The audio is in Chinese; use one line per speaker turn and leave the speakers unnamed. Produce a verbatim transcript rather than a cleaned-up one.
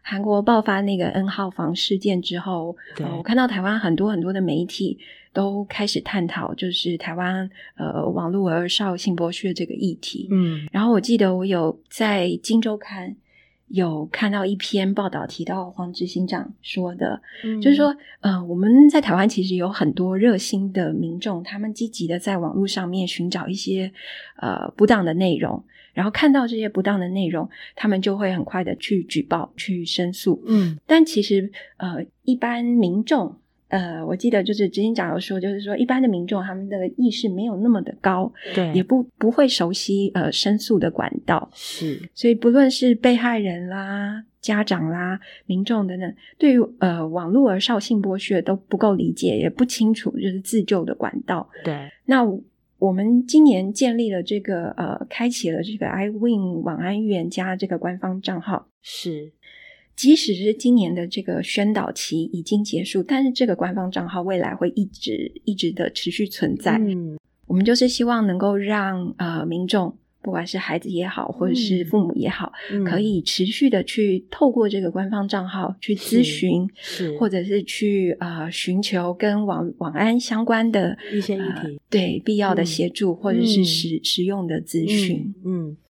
韩国爆发那个 N 号房事件之后，呃，我看到台湾很多很多的媒体都开始探讨就是台湾呃网络儿少性剥削这个议题。嗯，然后我记得我有在今周刊有看到一篇报道提到黄执行长说的、嗯、就是说呃，我们在台湾其实有很多热心的民众，他们积极的在网络上面寻找一些呃不当的内容，然后看到这些不当的内容，他们就会很快的去举报去申诉。嗯，但其实呃一般民众呃，我记得就是执行长有说，就是说一般的民众他们的意识没有那么的高，对，也不不会熟悉呃申诉的管道，是，所以不论是被害人啦、家长啦、民众等等，对于呃网络儿少性剥削都不够理解，也不清楚就是自救的管道。对，那我们今年建立了这个呃，开启了这个 iWin 网安预言家这个官方账号，是。即使是今年的这个宣导期已经结束，但是这个官方账号未来会一直一直的持续存在。嗯，我们就是希望能够让呃民众，不管是孩子也好或者是父母也好、嗯、可以持续的去透过这个官方账号去咨询，是或者是去呃寻求跟网网安相关的
一些议题、
呃、对必要的协助、嗯、或者是实、嗯、实用的资讯。
嗯, 嗯